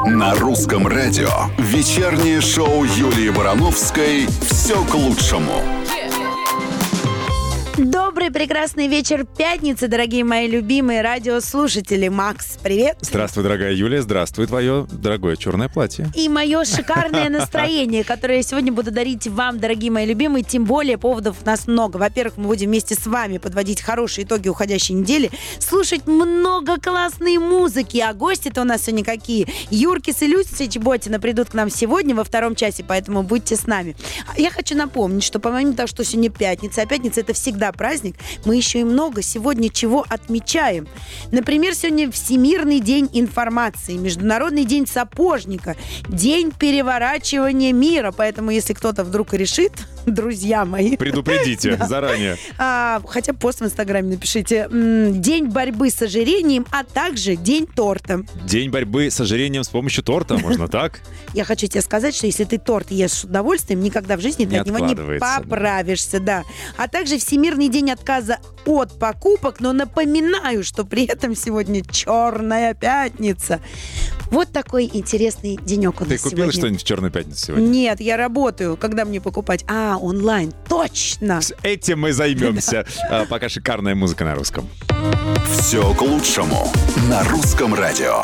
На русском радио вечернее шоу Юлии Барановской «Все к лучшему». Добрый, прекрасный вечер пятницы, дорогие мои любимые радиослушатели. Макс, привет. Здравствуй, дорогая Юлия. Здравствуй, твое дорогое черное платье. И мое шикарное настроение, которое я сегодня буду дарить вам, дорогие мои любимые. Тем более поводов у нас много. Во-первых, мы будем вместе с вами подводить хорошие итоги уходящей недели, слушать много классной музыки. А гости-то у нас сегодня какие? Юркис и Люся Чеботина придут к нам сегодня во втором часе, поэтому будьте с нами. Я хочу напомнить, что помимо того, что сегодня пятница, а пятница это всегда праздник, мы еще и много сегодня чего отмечаем. Например, сегодня Всемирный день информации, Международный день сапожника, День переворачивания мира. Поэтому, если кто-то вдруг решит, друзья мои... Предупредите заранее. Хотя пост в Инстаграме напишите. День борьбы с ожирением, а также День торта. День борьбы с ожирением с помощью торта, можно так? Я хочу тебе сказать, что если ты торт ешь с удовольствием, никогда в жизни ты от него не поправишься. Да. А также Всемирный день отказа от покупок, но напоминаю, что при этом сегодня Черная пятница. Вот такой интересный денек у нас сегодня. Ты купила что-нибудь в Черную пятницу сегодня? Нет, я работаю. Когда мне покупать? Онлайн. Точно! Этим мы займемся. Пока шикарная музыка на русском. Все к лучшему на русском радио.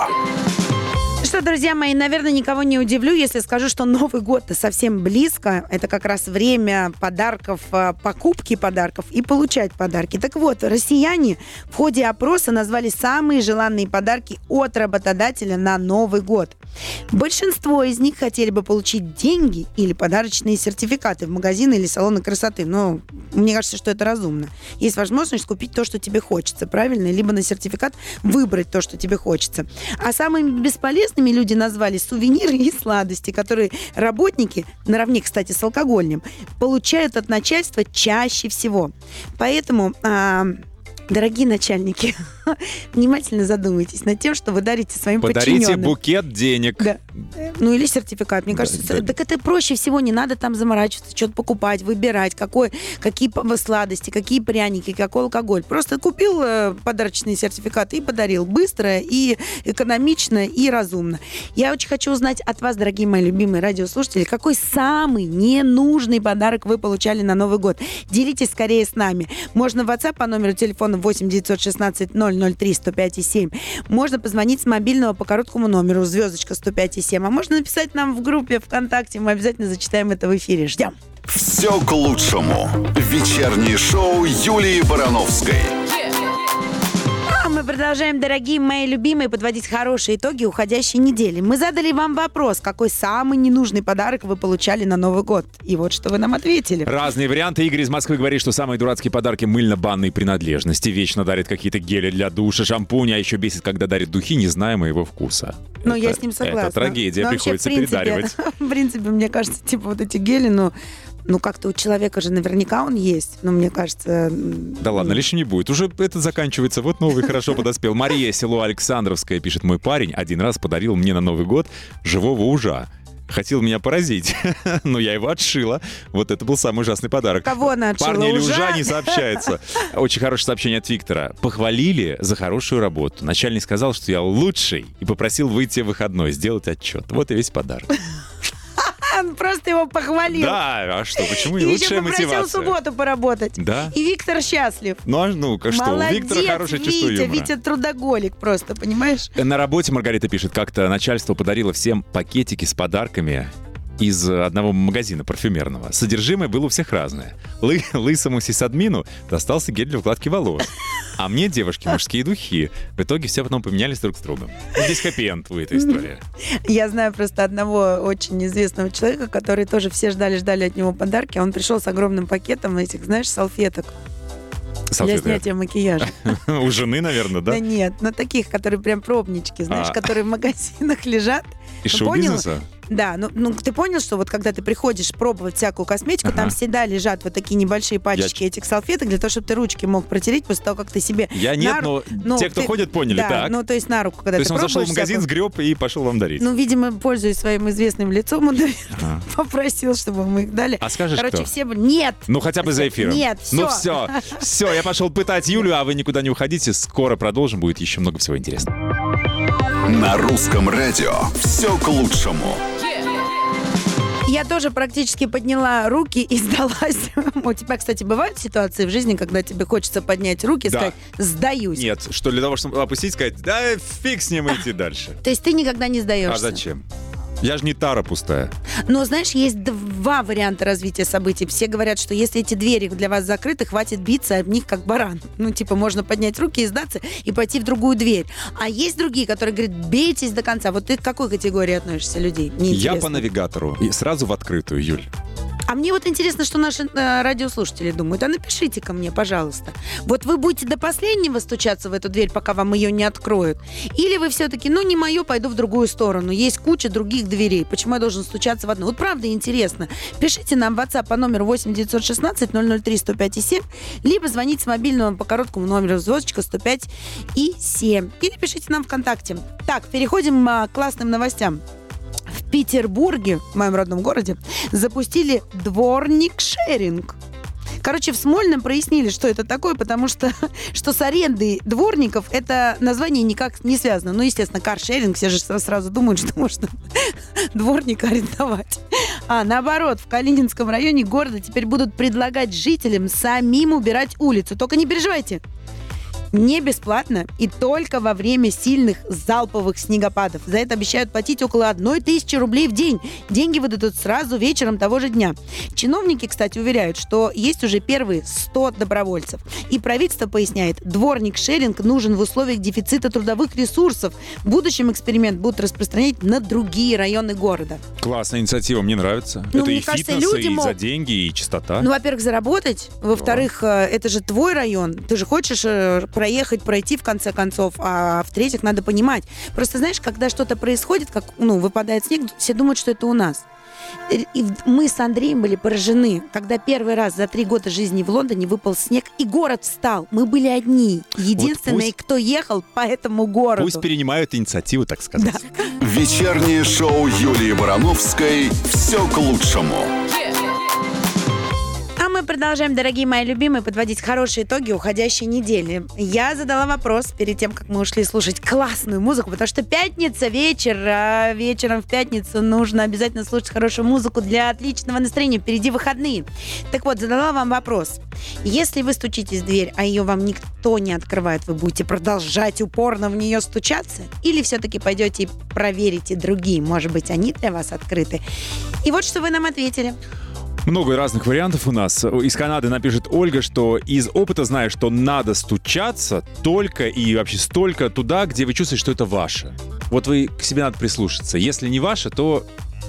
Что, друзья мои, наверное, никого не удивлю, если скажу, что Новый год-то совсем близко. Это как раз время подарков, покупки подарков и получать подарки. Так вот, россияне в ходе опроса назвали самые желанные подарки от работодателя на Новый год. Большинство из них хотели бы получить деньги или подарочные сертификаты в магазины или салоны красоты. Но мне кажется, что это разумно. Есть возможность купить то, что тебе хочется, правильно? Либо на сертификат выбрать то, что тебе хочется. А самыми бесполезными люди назвали сувениры и сладости, которые работники, наравне, кстати, с алкогольным, получают от начальства чаще всего. Поэтому... Дорогие начальники, внимательно задумайтесь над тем, что вы дарите своим подчиненным. Подарите букет денег. Да. Ну или сертификат. Мне кажется, так это проще всего. Не надо там заморачиваться, что-то покупать, выбирать, какие сладости, какие пряники, какой алкоголь. Просто купил подарочный сертификат и подарил. Быстро, и экономично, и разумно. Я очень хочу узнать от вас, дорогие мои любимые радиослушатели, какой самый ненужный подарок вы получали на Новый год. Делитесь скорее с нами. Можно в WhatsApp по номеру телефона 8 916 003 105 7. Можно позвонить с мобильного по короткому номеру звездочка 105 7. А можно написать нам в группе ВКонтакте. Мы обязательно зачитаем это в эфире. Ждем. Все к лучшему. Вечернее шоу Юлии Барановской. Мы продолжаем, дорогие мои любимые, подводить хорошие итоги уходящей недели. Мы задали вам вопрос, какой самый ненужный подарок вы получали на Новый год. И вот что вы нам ответили. Разные варианты. Игорь из Москвы говорит, что самые дурацкие подарки — мыльно-банные принадлежности. Вечно дарит какие-то гели для душа, шампуни, а еще бесит, когда дарит духи, не зная моего вкуса. Ну, я с ним согласна. Это трагедия, приходится передаривать. В принципе, мне кажется, вот эти гели, как-то у человека же наверняка он есть. Но мне кажется... Да ладно, лишним не будет. Уже это заканчивается. Вот новый хорошо подоспел. Мария, село Александровское, пишет: мой парень один раз подарил мне на Новый год живого ужа. Хотел меня поразить, но я его отшила. Вот это был самый ужасный подарок. Кого она отшила? Парни или ужа не сообщается. Очень хорошее сообщение от Виктора. Похвалили за хорошую работу. Начальник сказал, что я лучший, и попросил выйти в выходной, сделать отчет. Вот и весь подарок. Он просто его похвалил. Да, а что, почему не и лучшая мотивация? И еще попросил субботу поработать. Да. И Виктор счастлив. Молодец, что, у Виктора хорошее чувство юмора. Витя трудоголик просто, понимаешь? На работе Маргарита пишет, как-то начальство подарило всем пакетики с подарками из одного магазина парфюмерного. Содержимое было у всех разное. Лысому сисадмину достался гель для укладки волос. А мне, девушки, мужские духи. В итоге все потом поменялись друг с другом. Здесь хэппи-энд у этой истории. Я знаю просто одного очень известного человека, который тоже все ждали от него подарки, а он пришел с огромным пакетом этих, знаешь, салфеток. Для снятия макияжа. У жены, наверное, да? Да нет, таких, которые прям пробнички, знаешь, которые в магазинах лежат. Из шоу-бизнеса? Да, ты понял, что вот когда ты приходишь пробовать всякую косметику, там всегда лежат вот такие небольшие пачечки этих салфеток для того, чтобы ты ручки мог протереть после того, как ты себе... но те, кто ходят, поняли, да, так. То есть на руку, когда ты пробуешь... То есть он зашел в магазин, сгреб и пошел вам дарить. Видимо, пользуясь своим известным лицом, он, наверное, попросил, чтобы мы их дали. А скажешь, кто? Все... Нет! Хотя бы за эфиром. Нет, все. Все, я пошел пытать Юлю, а вы никуда не уходите. Скоро продолжим, будет еще много всего интересного. На русском радио все к лучшему. Я тоже практически подняла руки и сдалась. У тебя, кстати, бывают ситуации в жизни, когда тебе хочется поднять руки и сказать «сдаюсь». Нет, что для того, чтобы опустить, сказать «да фиг с ним, идти дальше». То есть ты никогда не сдаешься? А зачем? Я же не тара пустая. Но, знаешь, есть два варианта развития событий. Все говорят, что если эти двери для вас закрыты, хватит биться об них как баран. Ну, типа, можно поднять руки и сдаться, и пойти в другую дверь. А есть другие, которые говорят, бейтесь до конца. Вот ты к какой категории относишься людей? Мне Я интересно. по навигатору. И сразу в открытую, Юль. А мне вот интересно, что наши радиослушатели думают. А напишите ко мне, пожалуйста. Вот вы будете до последнего стучаться в эту дверь, пока вам ее не откроют? Или вы все-таки, не мое, пойду в другую сторону. Есть куча других дверей. Почему я должен стучаться в одну? Вот правда интересно. Пишите нам в WhatsApp по номеру 8 916 003 105 и 7, либо звоните с мобильного по короткому номеру звездочка 105 и 7. Или пишите нам ВКонтакте. Так, переходим к классным новостям. В Петербурге, в моем родном городе, запустили дворник-шеринг. Короче, в Смольном прояснили, что это такое, потому что с арендой дворников это название никак не связано. Ну, естественно, каршеринг, все же сразу думают, что можно дворника арендовать. А наоборот, в Калининском районе города теперь будут предлагать жителям самим убирать улицу. Только не переживайте. Не бесплатно и только во время сильных залповых снегопадов. За это обещают платить около 1000 рублей в день. Деньги выдадут сразу вечером того же дня. Чиновники, кстати, уверяют, что есть уже первые 100 добровольцев. И правительство поясняет, дворник-шеринг нужен в условиях дефицита трудовых ресурсов. В будущем эксперимент будут распространять на другие районы города. Классная инициатива, мне нравится. Ну, это мне и кажется, фитнес, люди и могут- за деньги, и чистота. Ну, во-первых, заработать. Во-вторых, это же твой район. Ты же хочешь пройти в конце концов. А в-третьих, надо понимать. Просто, знаешь, когда что-то происходит, как, выпадает снег, все думают, что это у нас. И мы с Андреем были поражены, когда первый раз за 3 года жизни в Лондоне выпал снег, и город встал. Мы были одни. Единственные, кто ехал по этому городу. Пусть перенимают инициативу, так сказать. Да. Вечернее шоу Юлии Барановской «Все к лучшему». А мы продолжаем, дорогие мои любимые, подводить хорошие итоги уходящей недели. Я задала вопрос перед тем, как мы ушли слушать классную музыку, потому что пятница, вечер, а вечером в пятницу нужно обязательно слушать хорошую музыку для отличного настроения. Впереди выходные. Так вот, задала вам вопрос. Если вы стучитесь в дверь, а ее вам никто не открывает, вы будете продолжать упорно в нее стучаться? Или все-таки пойдете и проверите другие? Может быть, они для вас открыты? И вот что вы нам ответили. Много разных вариантов у нас. Из Канады напишет Ольга, что из опыта знаю, что надо стучаться только и вообще столько туда, где вы чувствуете, что это ваше. Вот вы к себе надо прислушаться. Если не ваше, то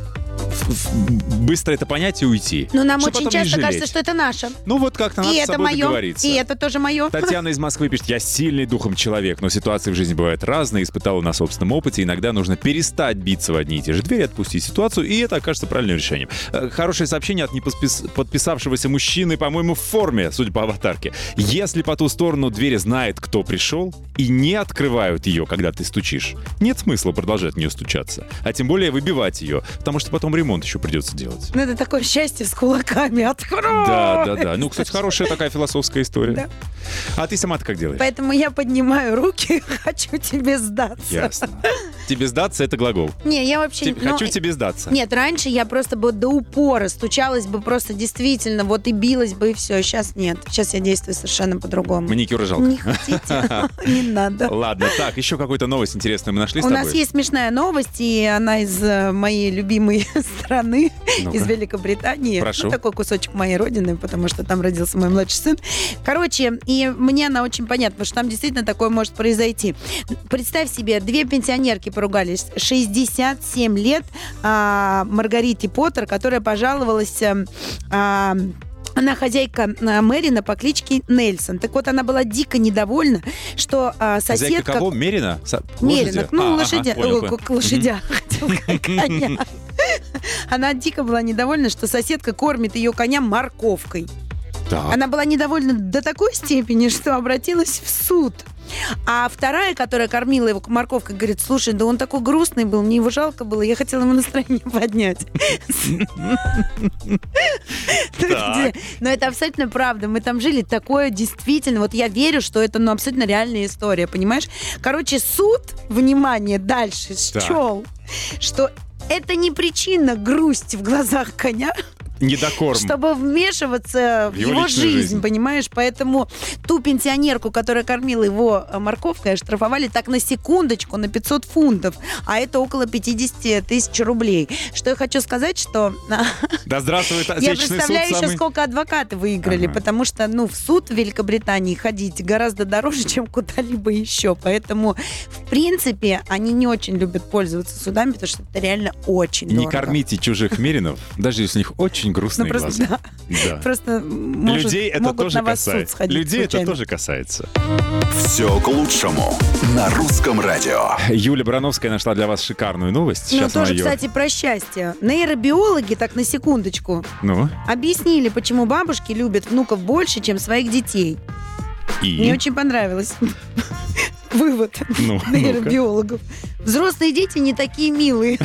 быстро это понять и уйти. Но нам Чтоб очень потом не часто жалеть. кажется, что это наше. Ну вот как-то надо И с это собой мое, договориться. и это тоже мое. Татьяна из Москвы пишет, я сильный духом человек, но ситуации в жизни бывают разные, испытала на собственном опыте, иногда нужно перестать биться в одни и те же двери, отпустить ситуацию, и это окажется правильным решением. Хорошее сообщение от неподписавшегося мужчины, по-моему, в форме, судя по аватарке. Если по ту сторону двери знает, кто пришел, и не открывают ее, когда ты стучишь, нет смысла продолжать в нее стучаться, а тем более выбивать ее, потому что потом ремонт еще придется делать. Ну, это такое счастье с кулаками. Открой! Да. Ну, кстати, хорошая такая философская история. Да. А ты сама-то как делаешь? Поэтому я поднимаю руки, хочу тебе сдаться. Ясно. Тебе сдаться — это глагол. Не, я вообще... Хочу тебе сдаться. Нет, раньше я просто бы до упора стучалась бы просто действительно, вот и билась бы, и все. Сейчас нет. Сейчас я действую совершенно по-другому. Маникюра жалко. Не хотите? Не надо. Ладно, так, еще какую-то новость интересную мы нашли с У тобой. нас есть смешная новость, и она из моей любимой страны, Ну-ка. из Великобритании. Прошу. Ну, такой кусочек моей родины, потому что там родился мой младший сын. Короче, и мне она очень понятна, потому что там действительно такое может произойти. Представь себе, 2 пенсионерки поругались. 67 лет Маргарите Поттер, которая пожаловалась... Она хозяйка Мэрина по кличке Нельсон. Так вот, она была дико недовольна, что соседка... Хозяйка кого? Мерина? Мерина, Лошади? лошадя. Хотела сказать, коня. Она дико была недовольна, что соседка кормит ее коня морковкой. Так. Она была недовольна до такой степени, что обратилась в суд. А вторая, которая кормила его морковкой, говорит, слушай, да он такой грустный был, мне его жалко было, я хотела ему настроение поднять. Но это абсолютно правда. Мы там жили, такое действительно, вот я верю, что это абсолютно реальная история, понимаешь? Короче, суд, внимание, дальше счел, что это не причина грусти в глазах коня, Недокорм. чтобы вмешиваться в его жизнь, понимаешь? Поэтому ту пенсионерку, которая кормила его морковкой, оштрафовали так на секундочку, на 500 фунтов, а это около 50 тысяч рублей. Что я хочу сказать, что... Да здравствует Я отечественный суд представляю еще, самый... сколько адвокаты выиграли, потому что, в суд в Великобритании ходить гораздо дороже, чем куда-либо еще. Поэтому, в принципе, они не очень любят пользоваться судами, потому что это реально очень Не дорого. кормите чужих меринов, даже если у них очень грустные просто, глаза. да. Просто Людей это могут тоже на вас в суд касается. сходить Людей это случайно. тоже касается. Все к лучшему на русском радио. Юлия Барановская нашла для вас шикарную новость. Ну, Сейчас она тоже, ее... кстати, про счастье. Нейробиологи, так на секундочку, Ну, объяснили, почему бабушки любят внуков больше, чем своих детей. Мне и? очень понравилось. Вывод Ну, нейробиологов. Взрослые дети не такие милые,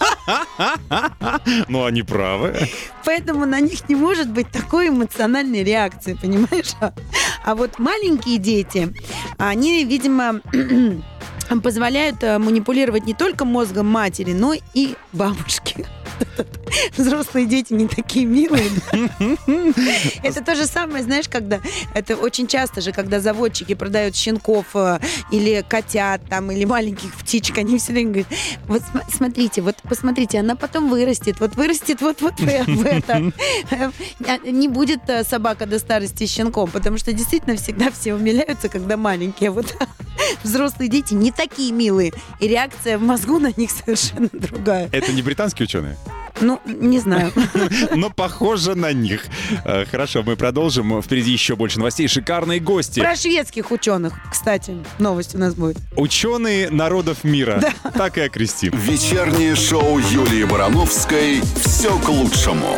Ну, они правы. поэтому на них не может быть такой эмоциональной реакции, понимаешь? А вот маленькие дети, они, видимо, позволяют манипулировать не только мозгом матери, но и бабушки. Взрослые дети не такие милые. Это то же самое, знаешь, когда... Это очень часто же, когда заводчики продают щенков или котят, там, или маленьких птичек, они все время говорят, вот смотрите, вот посмотрите, она потом вырастет вот в это. Не будет собака до старости щенком, потому что действительно всегда все умиляются, когда маленькие. Вот взрослые дети не такие милые, и реакция в мозгу на них совершенно другая. Это не британские ученые? Ну, не знаю. Но похоже на них. Хорошо, мы продолжим. Впереди еще больше новостей. Шикарные гости. Про шведских ученых, кстати, новость у нас будет. Ученые народов мира. Так и окрестим. Вечернее шоу Юлии Барановской «Все к лучшему».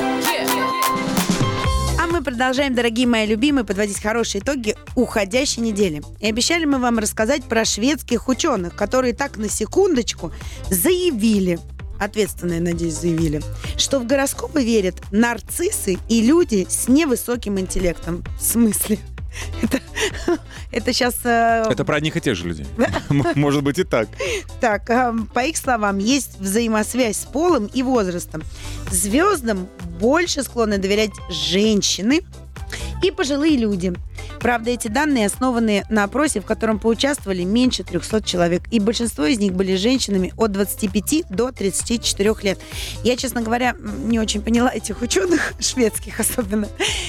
А мы продолжаем, дорогие мои любимые, подводить хорошие итоги уходящей недели. И обещали мы вам рассказать про шведских ученых, которые так на секундочку заявили, ответственные, надеюсь, заявили, что в гороскопы верят нарциссы и люди с невысоким интеллектом. В смысле? Это сейчас... Это про одних и тех же людей. Может быть и так. Так, по их словам, есть взаимосвязь с полом и возрастом. Звездам больше склонны доверять женщины и пожилые люди. Правда, эти данные основаны на опросе, в котором поучаствовали меньше 300 человек. И большинство из них были женщинами от 25 до 34 лет. Я, честно говоря, не очень поняла этих ученых, шведских особенно.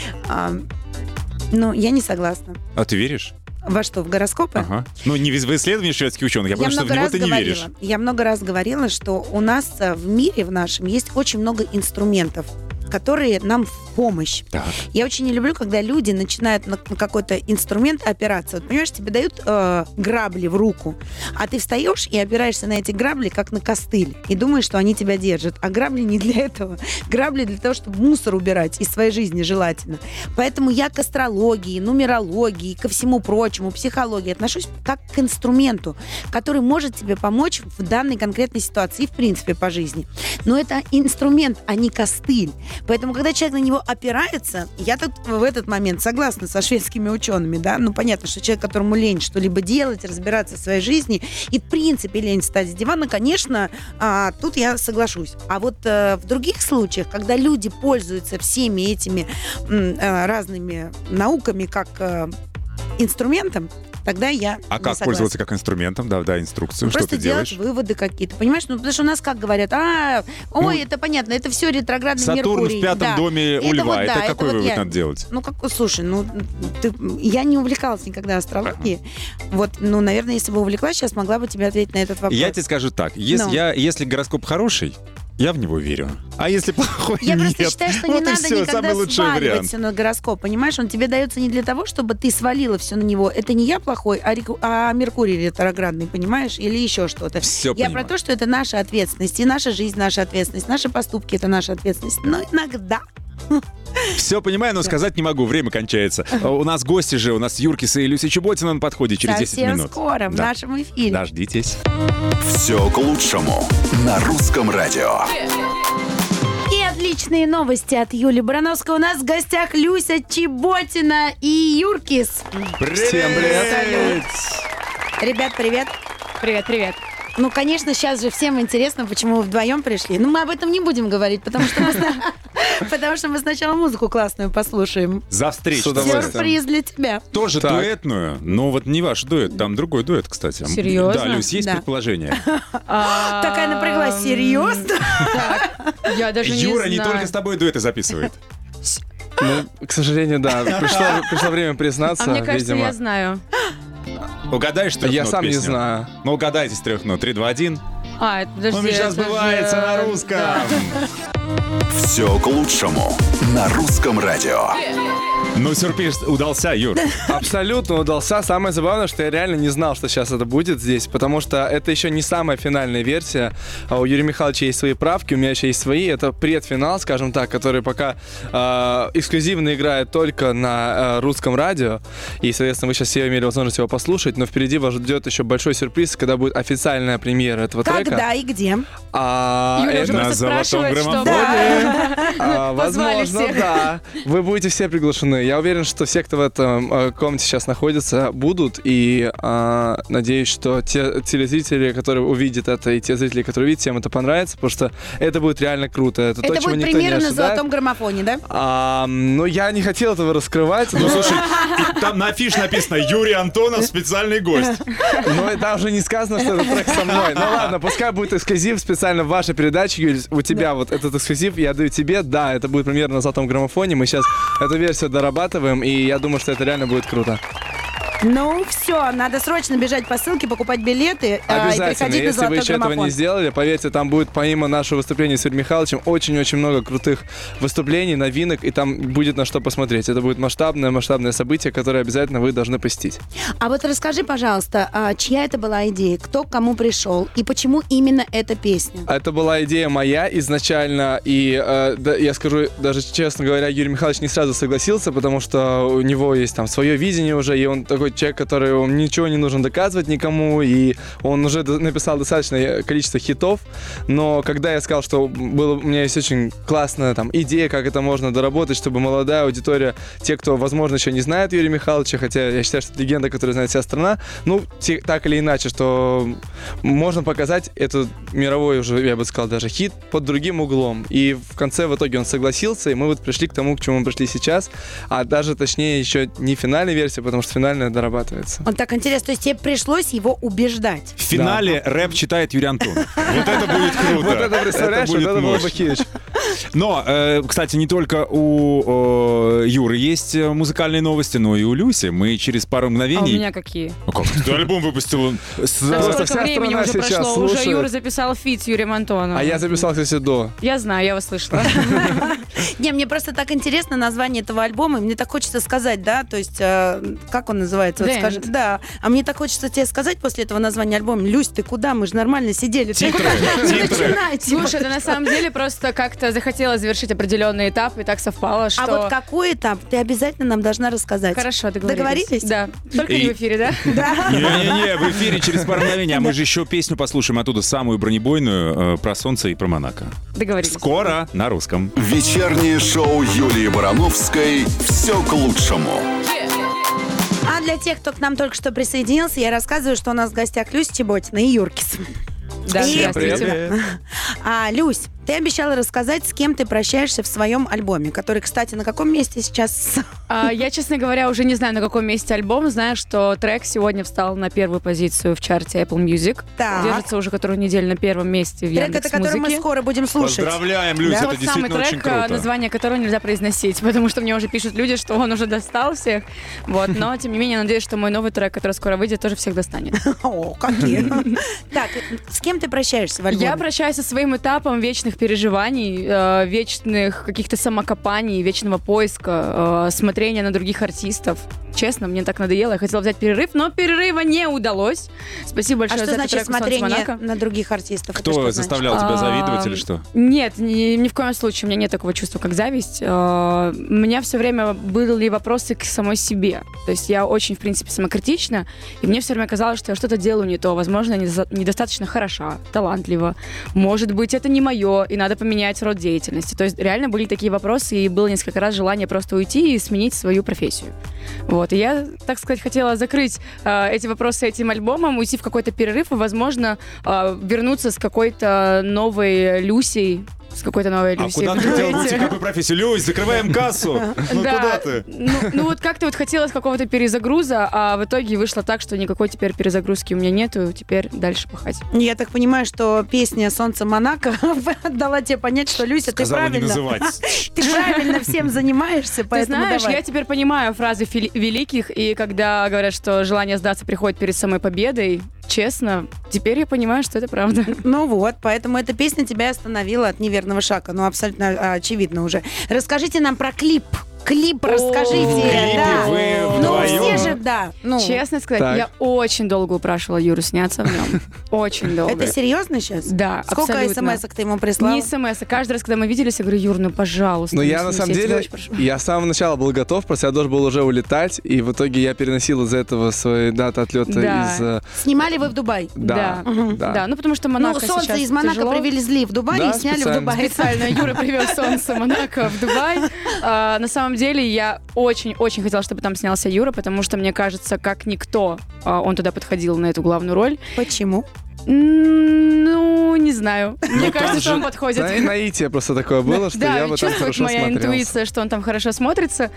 Но я не согласна. А ты веришь? Во что, в гороскопы? Ага. Ну, не в исследовании шведских ученых, я понимаю, что в него ты не веришь. Я много раз говорила, что у нас в мире в нашем есть очень много инструментов, которые нам в помощь. Так. Я очень не люблю, когда люди начинают на какой-то инструмент опираться. Вот, понимаешь, тебе дают грабли в руку, а ты встаешь и опираешься на эти грабли, как на костыль, и думаешь, что они тебя держат. А грабли не для этого. Грабли для того, чтобы мусор убирать из своей жизни желательно. Поэтому я к астрологии, нумерологии, ко всему прочему, психологии отношусь как к инструменту, который может тебе помочь в данной конкретной ситуации и, в принципе, по жизни. Но это инструмент, а не костыль. Поэтому, когда человек на него опирается, я тут в этот момент согласна со шведскими учеными, да, ну, понятно, что человек, которому лень что-либо делать, разбираться в своей жизни, и, в принципе, лень встать с дивана, конечно, тут я соглашусь. А вот в других случаях, когда люди пользуются всеми этими разными науками как инструментом, тогда я А как согласна. пользоваться как инструментом? Да, инструкцию. Что Просто ты делать делаешь? выводы какие-то, понимаешь? Ну, потому что у нас как говорят, это понятно, это все ретроградный Сатурн Меркурий. в пятом доме у льва. Это какой вот вывод надо делать? Ну, слушай, я не увлекалась никогда астрологией. Вот, наверное, если бы увлеклась, сейчас могла бы тебе ответить на этот вопрос. Я тебе скажу так. Если гороскоп хороший, я в него верю. А если плохой, Я нет. просто считаю, что не Вот и надо все, никогда самый лучший сваливать вариант. все на гороскоп, понимаешь? Он тебе дается не для того, чтобы ты свалила все на него. Это не я плохой, а Меркурий ретроградный, понимаешь? Или еще что-то. Все Я понимаю. про то, что это наша ответственность, и наша жизнь наша ответственность, наши поступки — это наша ответственность. Но иногда Все понимаю, но сказать не могу, время кончается. У нас гости же, у нас Юркис и Люся Чеботина на подходе через 10 Совсем минут. скоро в нашем эфире. Дождитесь. Все к лучшему на русском радио. И отличные новости от Юли Барановской. У нас в гостях Люся Чеботина и Юркис. Всем привет! Ребят, привет. Привет. Ну, конечно, сейчас же всем интересно, почему вы вдвоем пришли. Но мы об этом не будем говорить, потому что мы сначала музыку классную послушаем. За встречу. С удовольствием. Сюрприз для тебя. Тоже Так. дуэтную, но вот не ваш дуэт, там другой дуэт, кстати. Серьезно? Да, Люсь, есть Да. предположение? Такая напряглась. Серьезно? Я даже Юра не не знаю. только с тобой дуэты записывает. Ну, к сожалению, да. Пришло время признаться, А мне кажется, видимо. я знаю. Угадаешь трех Я нот сам не песню? знаю. Ну, угадайте с 3 нот. 3, 2, 1. Подожди. Ну, мечта это сбывается же- на русском. Да. Все к лучшему на русском радио. Ну, сюрприз удался, Юр. Абсолютно удался. Самое забавное, что я реально не знал, что сейчас это будет здесь, потому что это еще не самая финальная версия. А у Юрия Михайловича есть свои правки, у меня еще есть свои. Это предфинал, скажем так, который пока эксклюзивно играет только на русском радио. И, соответственно, вы сейчас все имели возможность его послушать, но впереди вас ждет еще большой сюрприз, когда будет официальная премьера этого трека. Когда и где? Юля уже на просто золотом спрашивает, что... граммофоне. Позвали Возможно, всех. да. Вы будете все приглашены. Я уверен, что все, кто в этом комнате сейчас находится, будут. И надеюсь, что те телезрители, которые увидят это, и те зрители, которые увидят, всем это понравится, потому что это будет реально круто. Это то, Это чего будет никто не примерно на ожидает. золотом граммофоне, да? Ну, я не хотел этого раскрывать. Ну, слушай, там на афише написано «Юрий Антонов, специальный гость». Но там уже не сказано, что это трек со мной. Ну ладно, пускай будет эксклюзив специально в вашей передаче, Юль. У тебя вот этот эксклюзив, я даю тебе. Да, это будет примерно на золотом граммофоне. Мы сейчас эту версию дорабатываем, и я думаю, что это реально будет круто. Ну, все, надо срочно бежать по ссылке, покупать билеты и Обязательно. приходить на Если вы золотой еще этого граммофон. не сделали, поверьте, там будет помимо нашего выступления с Юрием Михайловичем очень-очень много крутых выступлений, новинок, и там будет на что посмотреть. Это будет масштабное событие, которое обязательно вы должны посетить. А вот расскажи, пожалуйста, чья это была идея, кто к кому пришел и почему именно эта песня? Это была идея моя изначально, и да, я скажу, даже честно говоря, Юрий Михайлович не сразу согласился, потому что у него есть там свое видение уже, и он такой человек, который ничего не нужно доказывать никому, и он уже написал достаточное количество хитов, но когда я сказал, что у меня есть очень классная там идея, как это можно доработать, чтобы молодая аудитория, те, кто, возможно, еще не знает Юрия Михайловича, хотя я считаю, что это легенда, которую знает вся страна, ну, так или иначе, что можно показать эту мировой уже, я бы сказал, даже хит под другим углом. И в конце, в итоге, он согласился, и мы вот пришли к тому, к чему мы пришли сейчас, а даже, точнее, еще не финальная версия, потому что финальная дорабатывается. Он так интересно, то есть тебе пришлось его убеждать. В финале рэп читает Юрий Антонов. Вот это будет круто. Вот это, представляешь, вот будет это было бы мощь. хич. Но, кстати, не только у Юры есть музыкальные новости, но и у Люси. Мы через пару А у мгновений... меня какие? Ну как, ты альбом выпустил Просто Сколько вся времени страна уже сейчас прошло? Уже слушает. Юра записал фит с Юрием Антоновым. А я записал, кстати, до. Я знаю, я вас слышала. Не, мне просто так интересно название этого альбома, и мне так хочется сказать, да, то есть, как он называется? Вот Damned. скажи. Да, а мне так хочется тебе сказать после этого названия альбома: Люсь, ты куда? Мы же нормально сидели. Ты Титры, куда? титры. Начинайте. Слушай, это на самом деле просто как-то захотелось завершить определенный этап, и так совпало, что... А вот какой этап, ты обязательно нам должна рассказать. Хорошо, договорились. Договорились? Да. Только не в эфире, да? Да. Не-не-не, в эфире через пару мгновений. А мы же еще песню послушаем оттуда, самую бронебойную, про солнце и про Монако. Договорились. Скоро на русском. Вечернее шоу Юлии Барановской «Все к лучшему». А для тех, кто к нам только что присоединился, я рассказываю, что у нас в гостях Люся Чеботина и Юркис. Да, И- здравствуйте. Люсь, ты обещала рассказать, с кем ты прощаешься в своем альбоме, который, кстати, на каком месте сейчас? Я, честно говоря, уже не знаю, на каком месте альбом. Знаю, что трек сегодня встал на первую позицию в чарте Apple Music. Так. Держится уже которую неделю на первом месте в Трек, это который мы Яндекс.Музыке. скоро будем слушать. Поздравляем, Люся, Да, это Тот самый действительно очень трек, круто. название которого нельзя произносить, потому что мне уже пишут люди, что он уже достал всех. Вот, но, тем не менее, надеюсь, что мой новый трек, который скоро выйдет, тоже всех достанет. О, какие. Так, с кем ты прощаешься в альбоме? Я прощаюсь со своим этапом вечных переживаний, вечных каких-то самокопаний, вечного поиска, смотрения на других артистов. Честно, мне так надоело. Я хотела взять перерыв, но перерыва не удалось. Спасибо большое А что за этот значит трек «Солнце смотрение Монако». на других артистов? Это Кто что заставлял тебя завидовать или что? Нет, ни в коем случае. У меня нет такого чувства, как зависть. У меня все время были вопросы к самой себе. То есть я очень, в принципе, самокритична, и мне все время казалось, что я что-то делаю не то. Возможно, я недостаточно хороша, талантлива. Может быть, это не мое, и надо поменять род деятельности. То есть реально были такие вопросы, и было несколько раз желание просто уйти и сменить свою профессию. Вот. И я, так сказать, хотела закрыть эти вопросы этим альбомом, уйти в какой-то перерыв и, возможно, вернуться с какой-то новой Люсей. С какой-то новой Люсей. А куда ты хотела уйти? В какую профессию? Люсь, закрываем кассу. Ну Да. куда ты? Ну вот как-то вот хотелось какого-то перезагруза, а в итоге вышло так, что никакой теперь перезагрузки у меня нету, теперь дальше пахать. Я так понимаю, что песня «Солнце Монако» дала тебе понять, что, Люся, ты Сказала не правильно, называть. ты правильно всем занимаешься, Ты поэтому знаешь, давай. я теперь понимаю фразы великих, и когда говорят, что желание сдаться приходит перед самой победой, честно, теперь я понимаю, что это правда. Ну вот, поэтому эта песня тебя остановила от неверного шага. Ну, абсолютно очевидно уже. Расскажите нам про клип. Клип расскажите. В клипе Да. вы Ну, вдвоем? все же, да. Ну, Честно сказать, Так. я очень долго упрашивала Юру сняться в нем. Очень долго. это серьезно сейчас? Да, Сколько абсолютно. смс-ок ты ему прислал? Не смс, а каждый раз, когда мы виделись, я говорю, Юр, ну пожалуйста. Но ну, я на самом я тебя деле, очень прошу. я с самого начала был готов, просто я должен был уже улетать, и в итоге я переносил из-за этого свои даты отлета Да. из... Снимали вы в Дубай? Да, Да, ну потому что Ну, Монако солнце сейчас из Монако тяжело. привезли в Дубай Да, и сняли в специально. Дубае. Специально Юра привез солнце Монако в Дубай. На самом деле я очень-очень хотела, чтобы там снялся Юра, потому что, мне кажется, как никто он туда подходил на эту главную роль. Почему? Ну, не знаю. Мне кажется, что он подходит. Знаете, наитие просто такое было, что Да, я бы там чувствует хорошо моя смотрелся. интуиция, что он там хорошо смотрится.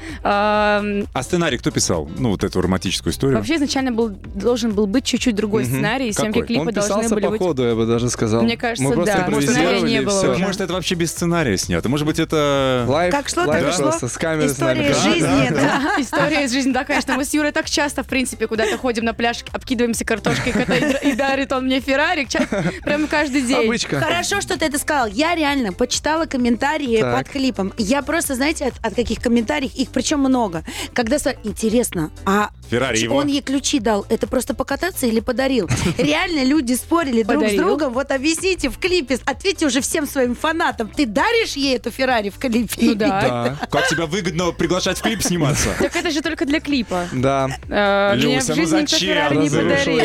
А сценарий кто писал? Ну, вот эту романтическую историю. Вообще изначально должен был быть чуть-чуть другой сценарий, и съемки Какой? клипа Он должны писался были по быть... ходу, я бы даже сказал. Мне кажется, Мы просто да. Сценария импровизировали, не и было всё. уже. Может, это вообще без сценария снято? Может быть, это... Лайв, Как шло, так лайв и шло. просто с камеры История сняли. жизни. Да. История из жизни, да, конечно. Мы с Юрой так часто, в принципе, куда-то ходим на пляж, обкидываемся картошкой, и дарит он мне Феррари, прям каждый день. Обычка. Хорошо, что ты это сказал. Я реально почитала комментарии Так. под клипом. Я просто, знаете, от каких комментариев, их причем много. Когда интересно, а Феррари его? он ей ключи дал, это просто покататься или подарил? Реально люди спорили друг с Подарил. другом. Вот объясните в клипе, ответьте уже всем своим фанатам, ты даришь ей эту Феррари в клипе? Ну да. Да, Как тебя выгодно приглашать в клип сниматься? Так это же только для клипа. да. Мне Люся, в ну жизни никто зачем? Феррари не Разрушила подарил.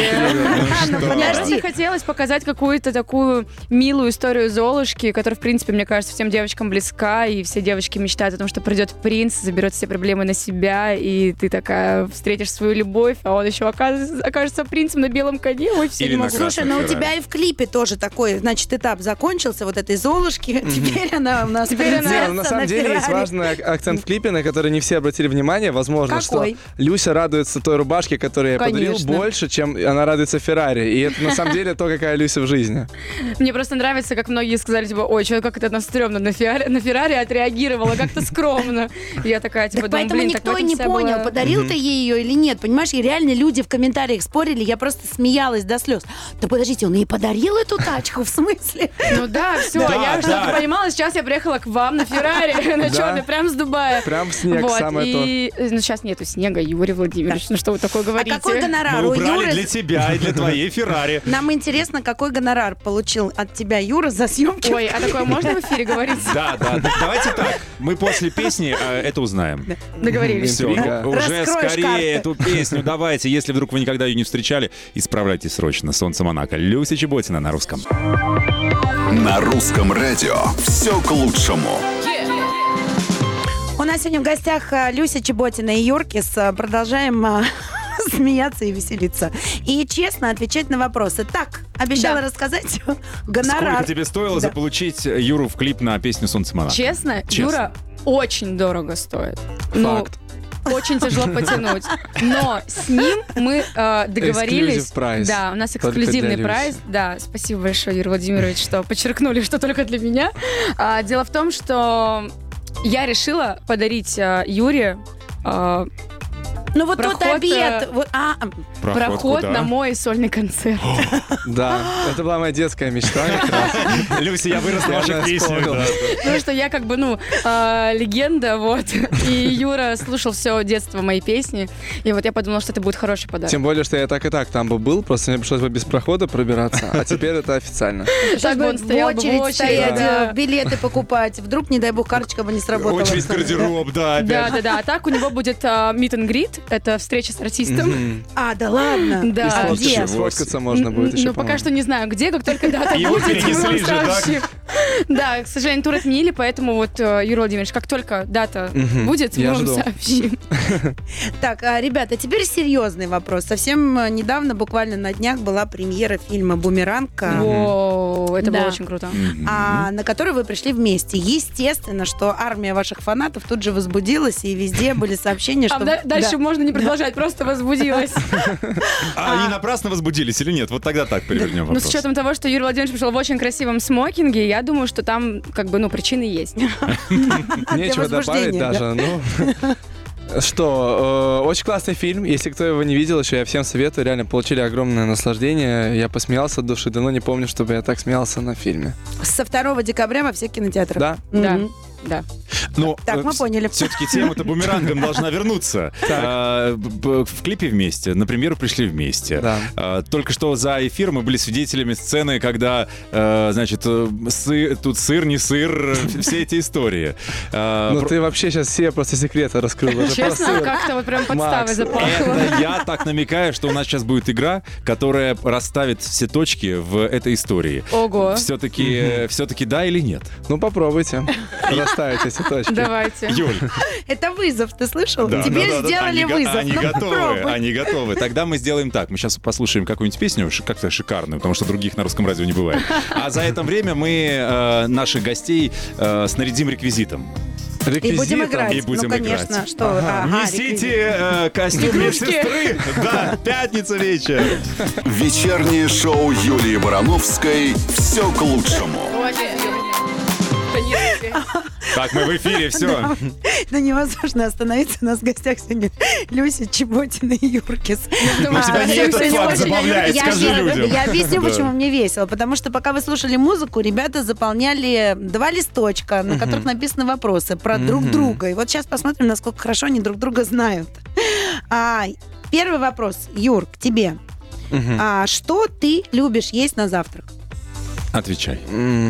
Ну, Мне подожди. просто хотелось показать какую-то такую милую историю Золушки, которая, в принципе, мне кажется, всем девочкам близка, и все девочки мечтают о том, что придет принц, заберет все проблемы на себя, и ты такая встретишь свою любовь, а он еще окажется принцем на белом коне. Ой, все Или не на могу. красном. Слушай, ну у Феррари. тебя и в клипе тоже такой, значит, этап закончился, вот этой Золушки. Теперь она у нас Теперь она- принцесса Не, ну, на самом на деле есть Феррари. важный акцент в клипе, на который не все обратили внимание. Возможно, Какой? что Люся радуется той рубашке, которую я подарил, Конечно. больше, чем она радуется Феррари. И это на самом деле то, какая Люся в жизни. Мне просто нравится, как многие сказали, типа, ой, что как это стрёмно на Феррари отреагировала как-то скромно. Я такая, типа, Так думаю, поэтому блин, так в никто и этом не вся понял, была- подарил ты ей ее или нет. Понимаешь, и реально люди в комментариях спорили, я просто смеялась до слез. Да подождите, он ей подарил эту тачку, в смысле? Ну да, все, Да, я да. что-то понимала, сейчас я приехала к вам на Феррари, на Да. черный, прям с Дубая. Прям снег, Вот, самое то. и, ну, сейчас нету снега, Юрий Владимирович, ну что вы такое А говорите? какой гонорар Мы у убрали Юры? для тебя и для твоей Феррари. Нам интересно, какой гонорар получил от тебя Юра за съемки. Ой, а такое можно в эфире говорить? Да, да. Давайте так. Мы после песни это узнаем. Договорились. Все, Интрига. уже Раскроешь скорее карты. эту песню давайте. Если вдруг вы никогда ее не встречали, исправляйте срочно. «Солнце Монако». Люся Чеботина на русском. На русском радио все к лучшему. У нас сегодня в гостях Люся Чеботина и Юркис. Продолжаем смеяться и веселиться. И честно отвечать на вопросы. Так, обещала Да. рассказать гонорар. Сколько тебе стоило Да. заполучить Юру в клип на песню «Солнце Монако»? Честно, Честно. Юра очень дорого стоит. Ну, Факт. очень тяжело потянуть. Но с ним мы договорились. Exclusive price. Да, у нас Только эксклюзивный для Люси. прайс. Да, спасибо большое, Юрий Владимирович, что подчеркнули, что только для меня. Дело в том, что я решила подарить Юре Ну вот тот Проход, обед. Проход куда? на мой сольный концерт. Да, это была моя детская мечта как раз. Люся, я вырос на ваших Я песнях. вспомнил. да. Потому что я легенда, вот. И Юра слушал все детство мои песни. И вот я подумала, что это будет хороший подарок. Тем более, что я так и так там бы был, просто мне пришлось бы без прохода пробираться, а теперь это официально. Так бы он стоял в бы в очередь очереди, стоять, да. билеты покупать. Вдруг, не дай бог, карточка бы не сработала. Очередь в гардероб, да, опять. Да. А так у него будет meet and greet. Это встреча с артистом. Мгм. Да ладно? И Да. А где? сфоткаться можно будет еще, Ну, пока что не знаю, где, как только дата Его будет, перенесли мы вам же, так? сообщим. Да, к сожалению, тур отменили, поэтому вот, Юрий Владимирович, как только дата будет, мы Я вам жду. сообщим. Так, ребята, теперь серьезный вопрос. Совсем недавно, буквально на днях, была премьера фильма «Бумеранг», О, это было Да. очень круто. на который вы пришли вместе. Естественно, что армия ваших фанатов тут же возбудилась, и везде были сообщения, что... Дальше Да. можно не продолжать, просто возбудилась. А они напрасно возбудились или нет? Вот тогда так перевернем Ну, вопрос. с учетом того, что Юрий Владимирович пришел в очень красивом смокинге, я думаю, что там, причины есть. Нечего добавить возбуждения, даже. Ну, что, очень классный фильм. Если кто его не видел еще, я всем советую. Реально получили огромное наслаждение. Я посмеялся от души. Давно не помню, чтобы я так смеялся на фильме. Со 2 декабря во всех кинотеатрах. Да? Мгм. Да. Ну, Так, мы поняли. Все-таки тема-то бумерангом должна вернуться. В клипе вместе, на премьеру пришли вместе. Да. Только что за эфир мы были свидетелями сцены, когда, значит, тут сыр, не сыр, все эти истории. Ну, ты вообще сейчас все просто секреты раскрыл. Даже про Честно, сыр. как-то вот прям подставой Макс, запахло. Это я так намекаю, что у нас сейчас будет игра, которая расставит все точки в этой истории. Ого. Все-таки да или нет? Ну, попробуйте. Расставить эти точки. Давайте. Юль. Это вызов, ты слышал? Да, Тебе да, да, сделали они вызов. Они Ну, готовы, попробуй. они готовы. Тогда мы сделаем так. Мы сейчас послушаем какую-нибудь песню, как-то шикарную, потому что других на русском радио не бывает. А за это время мы наших гостей снарядим реквизитом. И будем играть. И будем ну, конечно. играть. Что? Ага, реквизит. Несите костюм медсестры. Да, пятница вечер. Вечернее шоу Юлии Барановской «Все к лучшему». Так, мы в эфире, все. Да невозможно остановиться. У нас в гостях сегодня Люся Чеботина и Юркис. Но тебя не этот факт забавляет, скажи людям. Я объясню, Да. почему мне весело. Потому что пока вы слушали музыку, ребята заполняли 2 листочка, на которых написаны вопросы про друг друга. И вот сейчас посмотрим, насколько хорошо они друг друга знают. Первый вопрос, Юр, к тебе. Что ты любишь есть на завтрак? Отвечай.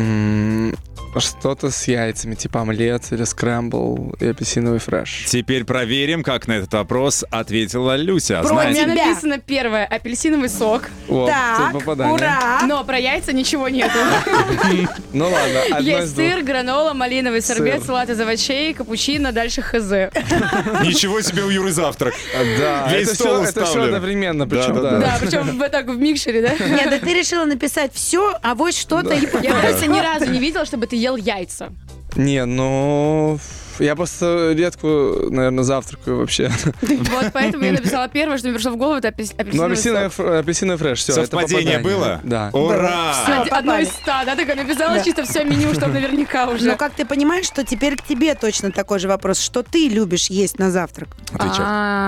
Что-то с яйцами, типа омлет или скрэмбл и апельсиновый фреш. Теперь проверим, как на этот вопрос ответила Люся. Про У меня тебя. написано первое — апельсиновый сок. Вот, Так, тут попадание. ура! Но про яйца ничего нету. Ну ладно, одно из Есть двух. сыр, гранола, малиновый сорбет, Сыр. салат из овощей, капучино, дальше хз. Ничего себе у Юры завтрак. Да, Весь это стол все уставлен. одновременно, причем, Да, да. Да, причем так в микшере, да? Нет, да ты решила написать все, а вот что-то и Я просто ни разу не видела, чтобы ты ел яйца. Не, ну... Я просто редко, наверное, завтракаю вообще. Вот поэтому я написала первое, что мне пришло в голову, это Ну, апельсиновый сок. апельсиновый фреш, все, Совпадение было? Да. Ура! Всё. Одно попали. из 100, да? Так написала чисто все меню, чтобы наверняка Но уже. как ты понимаешь, что теперь к тебе точно такой же вопрос. Что ты любишь есть на завтрак? Отвечай.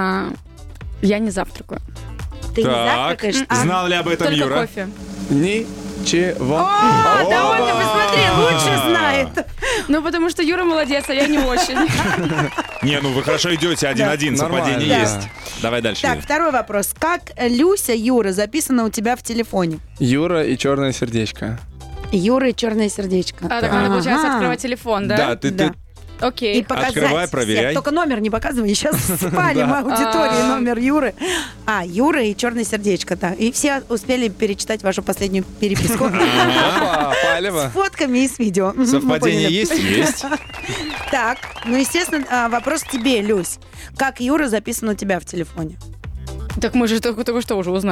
Я не завтракаю. Ты не Так, завтракаешь? знал ли об этом Только Юра? кофе. Ничего. Да он, ты посмотри, лучше знает. Ну, потому что Юра молодец, а я не очень. Не, ну вы хорошо идете, 1-1, совпадение Нормально. есть. Давай дальше. Так, Юль. второй вопрос. Как Люся Юра записана у тебя в телефоне? Юра и черное сердечко. Юра и черное сердечко. А, так надо, получается, Ага. открывать телефон, Да, да? ты Да. Окей. И показать Открывай, всех. проверяй. Только номер не показывай, сейчас спалим аудитории номер Юры. Юра и черное сердечко, да. И все успели перечитать вашу последнюю переписку. Опа, С палево. фотками и с видео. Мы Совпадение поняли. есть? Есть. Так, ну, естественно, вопрос к тебе, Люсь. Как Юра записан у тебя в телефоне? Так мы же только что уже узнали.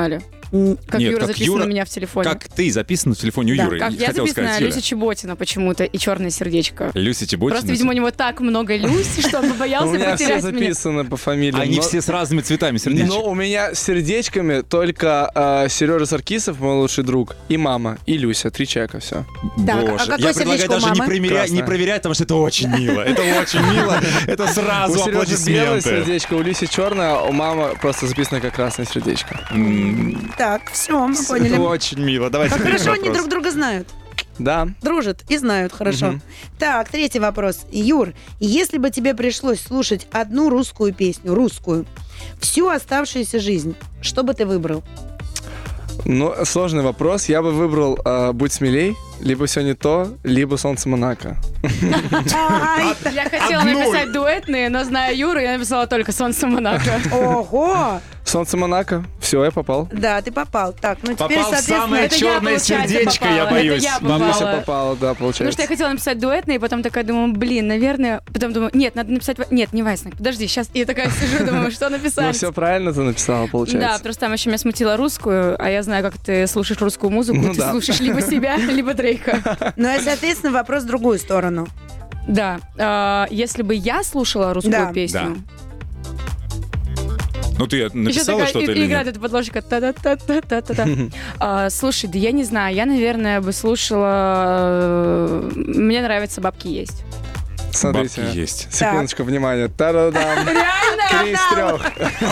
Как Нет, Юра как записан Юра- у меня в телефоне. Как ты записан в телефоне у Да, Юры? Как я Хотел записана сказать, Юля. Люся Чеботина почему-то и черное сердечко. Люся Чеботина. Просто, видимо, у него так много Люси, что он У боялся меня все потерять меня. записано по фамилиям. Они но- все с разными цветами сердечек. Но у меня с сердечками только Сережа Саркисов, мой лучший друг, и мама, и Люся. 3 человека, все. Так, а Боже, какое я предлагаю сердечко у даже мамы? не Красное. проверять, потому что это очень мило. Это очень мило. Это У сразу Сережи белое аплодисменты. сердечко, у Люси черное, а у мамы просто записано как красное сердечко. Так, все, мы поняли. Это очень мило. Давайте Как следующий хорошо они вопрос. друг друга знают. Да. Дружат и знают хорошо. Мгм. Так, третий вопрос. Юр, если бы тебе пришлось слушать одну русскую песню, русскую, всю оставшуюся жизнь, что бы ты выбрал? Ну, сложный вопрос. Я бы выбрал «Будь смелей», либо «Все не то», либо «Солнце Монако». Ай, Я хотела Одну. написать дуэтные, но зная Юру, я написала только «Солнце Монако». Ого! «Солнце Монако». Все, я попал. Да, ты попал. Так, ну теперь, Попал в соответственно, самое это я, черное получается, сердечко, я попала. боюсь. Это я Люся попала. попала, да, Потому что я получается. хотела написать дуэтные, и потом такая думаю, блин, наверное... Потом думаю, нет, надо написать... Нет, не Вайснак, подожди, сейчас... И я такая сижу, думаю, что Ну, написать? все правильно ты написала, Да, получается. просто там еще меня смутила русскую, а я знаю, как ты слушаешь русскую музыку, Ну ты да. слушаешь либо себя, либо Дрейка. Ну и, соответственно, вопрос в другую сторону. Да, если бы я слушала Да. русскую песню, Ну ты еще написала такая что-то или играет нет? эта подложка. Та-та-та-та-та-та. Слушай, да я не знаю, я, наверное, бы слушала... Мне нравится «Бабки есть». Смотрите. Бабки есть. Секундочку, внимание. Та-да-дам. Реально? 3 из 3.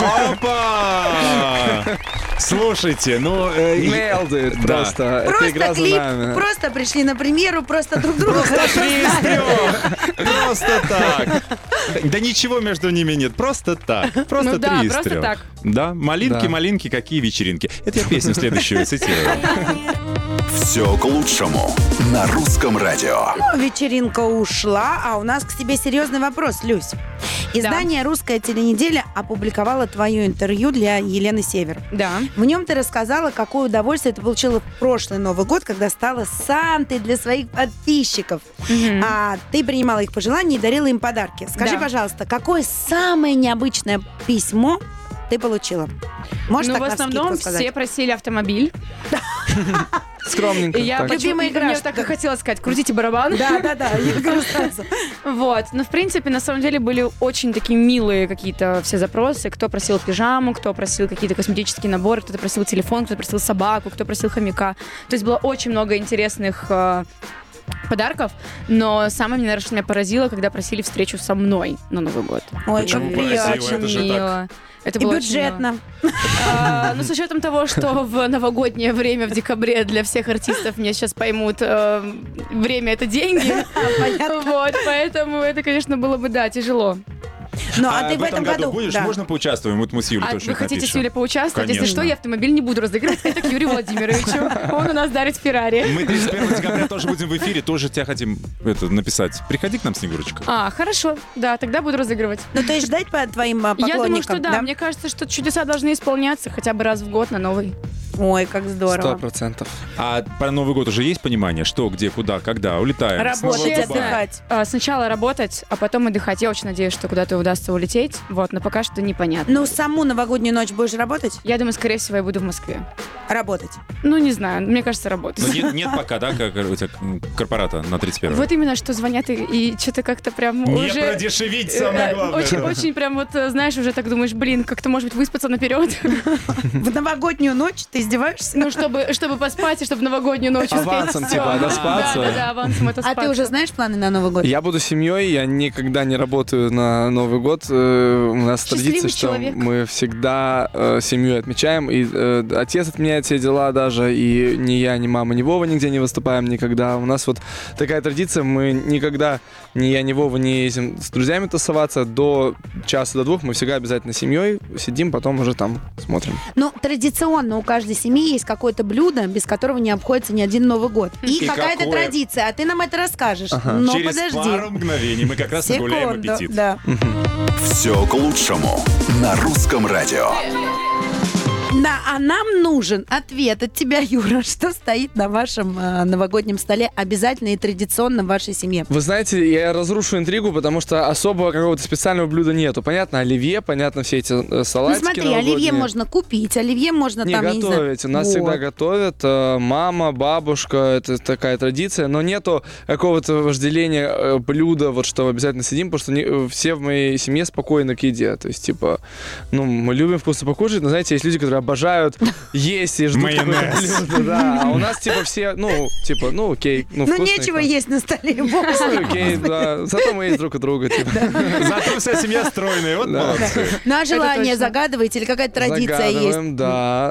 Опа! Слушайте, ну... Nailed it. Да. Просто. Это Просто игра за клип, нами. просто пришли на премьеру, просто друг друга хорошо знают. Просто так. Да ничего между ними нет. Просто так. Просто Ну да, 3 из просто 3. так. Да, малинки, Да. малинки, какие вечеринки. Это я песню следующую цитирую. Все к лучшему на русском радио. Ну, вечеринка ушла, а у нас к тебе серьезный вопрос, Люсь. Издание «Русская теленеделя» опубликовало твое интервью для Елены Север. Да. В нем ты рассказала, какое удовольствие ты получила в прошлый Новый год, когда стала Сантой для своих подписчиков. Мгм. А ты принимала их пожелания и дарила им подарки. Скажи, Да. пожалуйста, какое самое необычное письмо ты получила? Можешь Ну, так в навскидку основном сказать? все просили автомобиль. Скромненько. И я так. Любимая игра, мне что- так и хотела сказать, крутите барабан. Да, я говорю сразу. Вот. Но, в принципе, на самом деле были очень такие милые какие-то все запросы. Кто просил пижаму, кто просил какие-то косметические наборы, кто-то просил телефон, кто-то просил собаку, кто просил хомяка. То есть было очень много интересных подарков, но самое, наверное, что меня поразило, когда просили встречу со мной на Новый год. Ой, Почему как поразило? приятно. Очень Это же мило. Это И было очень мило. бюджетно. Ну, с учетом того, что в новогоднее время в декабре для всех артистов меня сейчас поймут, время — это деньги. Вот, поэтому это, конечно, было бы, да, тяжело. Ну, а ты в этом году... будешь? да. Можно поучаствуем? Вот мы с Юлей А точно вы хотите с напишем. Юлей поучаствовать? Если Конечно. что, я автомобиль не буду разыгрывать. Это к Юрию Владимировичу. Он у нас дарит Феррари. Мы 31 декабря тоже будем в эфире, тоже тебя хотим написать. Приходи к нам, Снегурочка. Хорошо. Да, тогда буду разыгрывать. Ну, то есть ждать по твоим поклонникам, Я думаю, что да. Мне кажется, что чудеса должны исполняться хотя бы раз в год на Новый. Ой, как здорово. 100%. А про Новый год уже есть понимание? Что, где, куда, когда? Улетаем. Работать, Снова Честно, Дубай. отдыхать. Сначала работать, а потом отдыхать. Я очень надеюсь, что куда-то удастся улететь. Вот, но пока что непонятно. Ну, саму новогоднюю ночь будешь работать? Я думаю, скорее всего, я буду в Москве. Работать. Ну, не знаю, мне кажется, работать. Но нет пока, да, как у тебя корпората на 31 Вот именно, что звонят и что-то как-то прям Не уже... продешевить, самое главное. Очень прям вот, знаешь, уже так думаешь, блин, как-то, может быть, выспаться наперед. В новогоднюю ночь ты издеваешься? Ну, чтобы поспать и чтобы в новогоднюю ночь успеть. Авансом, всё. типа, отоспаться. Да, авансом А отоспаться. ты уже знаешь планы на Новый год? Я буду семьей, я никогда не работаю на Новый год. У нас Счастливый традиция, что человек. мы всегда семьей отмечаем. И отец отменяет все дела даже, и ни я, ни мама, ни Вова нигде не выступаем никогда. У нас вот такая традиция, мы никогда, ни я, ни Вова не ездим с друзьями тусоваться. До часа, до 2 мы всегда обязательно семьей сидим, потом уже там смотрим. Ну, традиционно у каждой семьи есть какое-то блюдо, без которого не обходится ни один Новый год. И, И какая-то какое? традиция, а ты нам это расскажешь. Ага. Но Через подожди. пару мгновений мы как раз нагуляем Секунду, аппетит. да. Все к лучшему на русском радио. Да, а нам нужен ответ от тебя, Юра. Что стоит на вашем новогоднем столе обязательно и традиционно в вашей семье? Вы знаете, я разрушу интригу, потому что особо какого-то специального блюда нету. Понятно, оливье, понятно, все эти Ну салатики смотри, новогодние. оливье можно купить, оливье можно Не там, я не знаю. готовить. У нас Вот. всегда готовят. Мама, бабушка, это такая традиция. Но нету какого-то вожделения блюда, вот что обязательно сидим, потому что все в моей семье спокойны к еде. То есть, типа, ну, мы любим вкусно покушать, но, знаете, есть люди, которые обожают есть и ждут какое-то блюдо. Да. А у нас, типа, все, ну, окей, Ну, вкусно. нечего есть на столе. Бог с ним. Окей, да. Зато мы есть друг у друга, типа. Зато вся семья стройная, вот Да. молодцы. Ну, а желание точно. загадываете или какая-то традиция есть? Загадываем, да.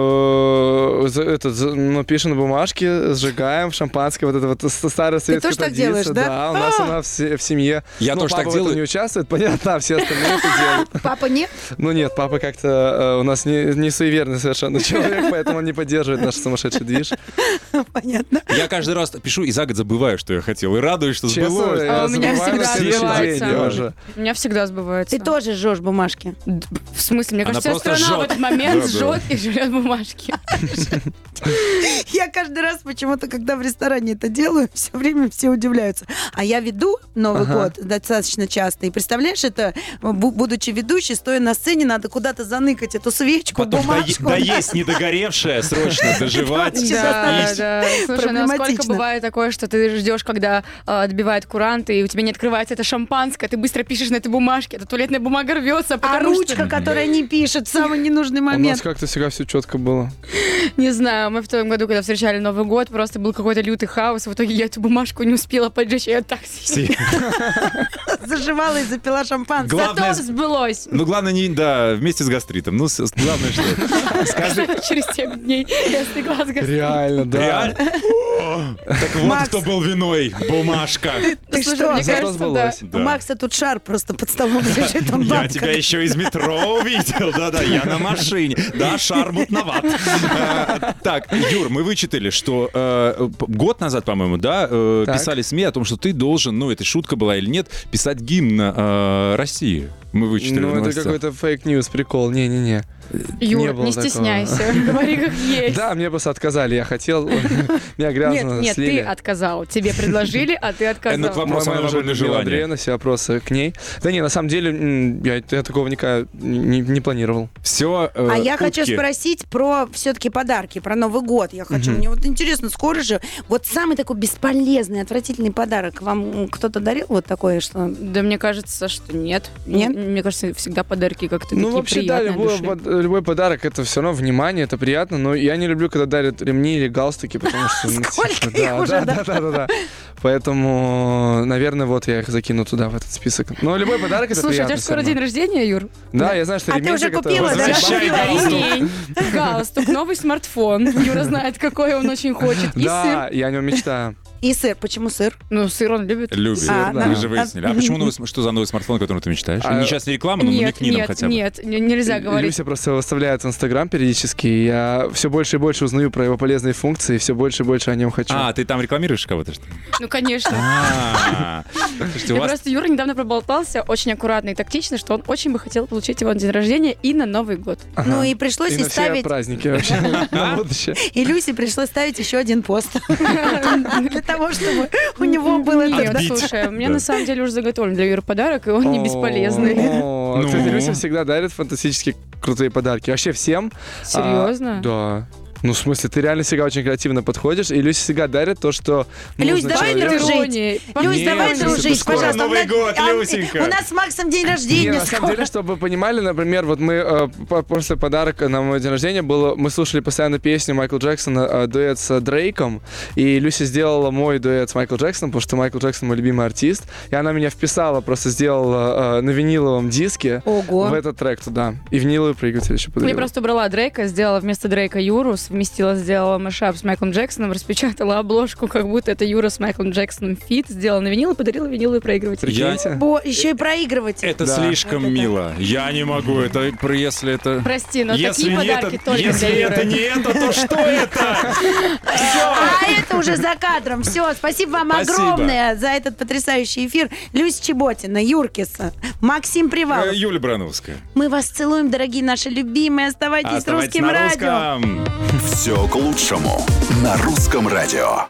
Пишем на бумажке, сжигаем шампанское, вот это вот старая советская тоже так традиция. делаешь, да? Да, у нас она в семье. Я Ну, тоже так папа в этом делаю. не участвует, понятно, а все остальные это делают. Папа нет? Ну нет, папа как-то у нас не суеверный совершенно человек, поэтому он не поддерживает наш сумасшедший движ. Понятно. Я каждый раз пишу и за год забываю, что я хотел, и радуюсь, что Честно, сбылось. я А у меня забываю на всегда следующий сбывается. день уже. У меня всегда сбывается. Ты тоже жжешь бумажки. В смысле? Мне Она кажется, вся просто страна в жжет. этот момент Да, да. жжет и жрет бумажки. Я каждый раз почему-то, когда в ресторане это делаю, все время все удивляются. А я веду Новый год достаточно часто. И представляешь, это, будучи ведущей, стоя на сцене, надо куда-то заныкать эту свечку, Потом бумажку. доесть недогоревшее, срочно доживать. Очень Да, достаточно да. Слушай, ну сколько проблематично. бывает такое, что ты ждешь, когда добивает курант, и у тебя не открывается это шампанское, ты быстро пишешь на этой бумажке, эта туалетная бумага рвется, А потому что... ручка, которая не пишет в самый ненужный У нас момент. как-то всегда все четко было. Не знаю, мы в том году, когда встречали Новый год, просто был какой-то лютый хаос, в итоге я эту бумажку не успела поджечь, я так Заживала и запила шампанское. Главное, Зато сбылось. ну главное, да, вместе с гастритом. Ну, главное, что... Скажи, Через 7 дней я слегла с гостей. Реально, да. реально? Так вот, Макс. кто был виной. Бумажка. Ты Слушай, что? мне Зато кажется, сбылось. У Да. Макса тут шар просто под столом лежит. Он Я бабка. тебя еще из метро увидел. Да-да, я на машине. Да, шар мутноват. Так, Юр, мы вычитали, что год назад, по-моему, да, Так. писали СМИ о том, что ты должен, ну, это шутка была или нет, писать гимн России. Мы вычитали в Ну, это новостях. какой-то фейк-ньюс, прикол. Не-не-не. Юр, было не такого. стесняйся, говори как есть. Да, мне просто отказали. Я хотел, меня грязно Нет, слили. ты отказал. Тебе предложили, а ты Ну, к отказал. вопросу о Моя новогоднем Людмила желании. Андреевна, все вопросы к ней. Да не, на самом деле, я такого никогда не планировал. Все. А я хочу спросить про все-таки подарки, про Новый год. Я хочу, мне вот интересно, скоро же, вот самый такой бесполезный, отвратительный подарок вам кто-то дарил вот такое, что... Да мне кажется, что нет. Нет? Мне кажется, всегда подарки как-то Ну, такие вообще, да, приятные душе. любой подарок это все равно внимание, это приятно, но я не люблю, когда дарят ремни или галстуки, потому что... ну, Сколько типа, их уже, да. Поэтому, наверное, вот я их закину туда, в этот список. Но любой подарок это Слушай, у приятно. тебя скоро день рождения, Юр? Да, я знаю, что А ты уже ремень купила, да? Возвращай галстук. Ремень, галстук, новый смартфон. Юра знает, какой он очень хочет. И Да, сыр. я о нем мечтаю. И сыр. Почему сыр? Ну, сыр он любит. Любит. А, Мы да. же выяснили. А почему что за новый смартфон, о котором ты мечтаешь? А, Не сейчас не реклама, но Нет, намекни нам нет, хотя бы. нет, нельзя говорить. Люся просто выставляет в Инстаграм периодически, и я все больше и больше узнаю про его полезные функции, и все больше и больше о нем хочу. А, ты там рекламируешь кого-то, что ли? Ну, конечно. Слушайте, у Я вас... просто Юра недавно проболтался очень аккуратно и тактично, что он очень бы хотел получить его на день рождения и на Новый год. Ну и пришлось И и на все ставить... праздники вообще на будущее. И Люсе пришлось ставить еще один пост. Для того, чтобы у него было Нет, тогда... слушай, у меня Да. на самом деле уже заготовлен для Юры подарок, и он не бесполезный. О, Ну. Кстати, Люся всегда дарит фантастически крутые подарки. Вообще всем. Серьезно? Да. Ну, в смысле, ты реально всегда очень креативно подходишь, и Люся всегда дарит то, что Люсь, нужно давай человеку. дружить. Ирония. Люсь, Нет, давай Люся, дружить, это скоро пожалуйста. Новый У нас- год, а, Люсенька. У нас с Максом день Не, рождения на самом деле, чтобы вы понимали, например, вот мы после подарка на мой день рождения мы слушали постоянно песню Майкла Джексона, дуэт с Дрейком, и Люся сделала мой дуэт с Майклом Джексоном, потому что Майкл Джексон мой любимый артист, и она меня вписала, просто сделала на виниловом диске Ого. в этот трек туда, и виниловый проигрыватель еще Я подарила. просто брала Дрейка, сделала вместо Дрейка Юру с совместила, сделала мешап с Майклом Джексоном, распечатала обложку, как будто это Юра с Майклом Джексоном фит, сделала на винил и подарила виниловый проигрыватель. Еще и проигрыватель. Это слишком мило. Я не могу. Это если это... Прости, но Если такие не подарки это, только если для Юры. это не это, то что это? А это уже за кадром. Все, спасибо вам Спасибо. огромное за этот потрясающий эфир. Люся Чеботина, Юркис, Максим Привалов. Юлия Барановская. Мы вас целуем, дорогие наши любимые. Оставайтесь с Оставайтесь Русским на радио. русском. Все к лучшему на Русском радио.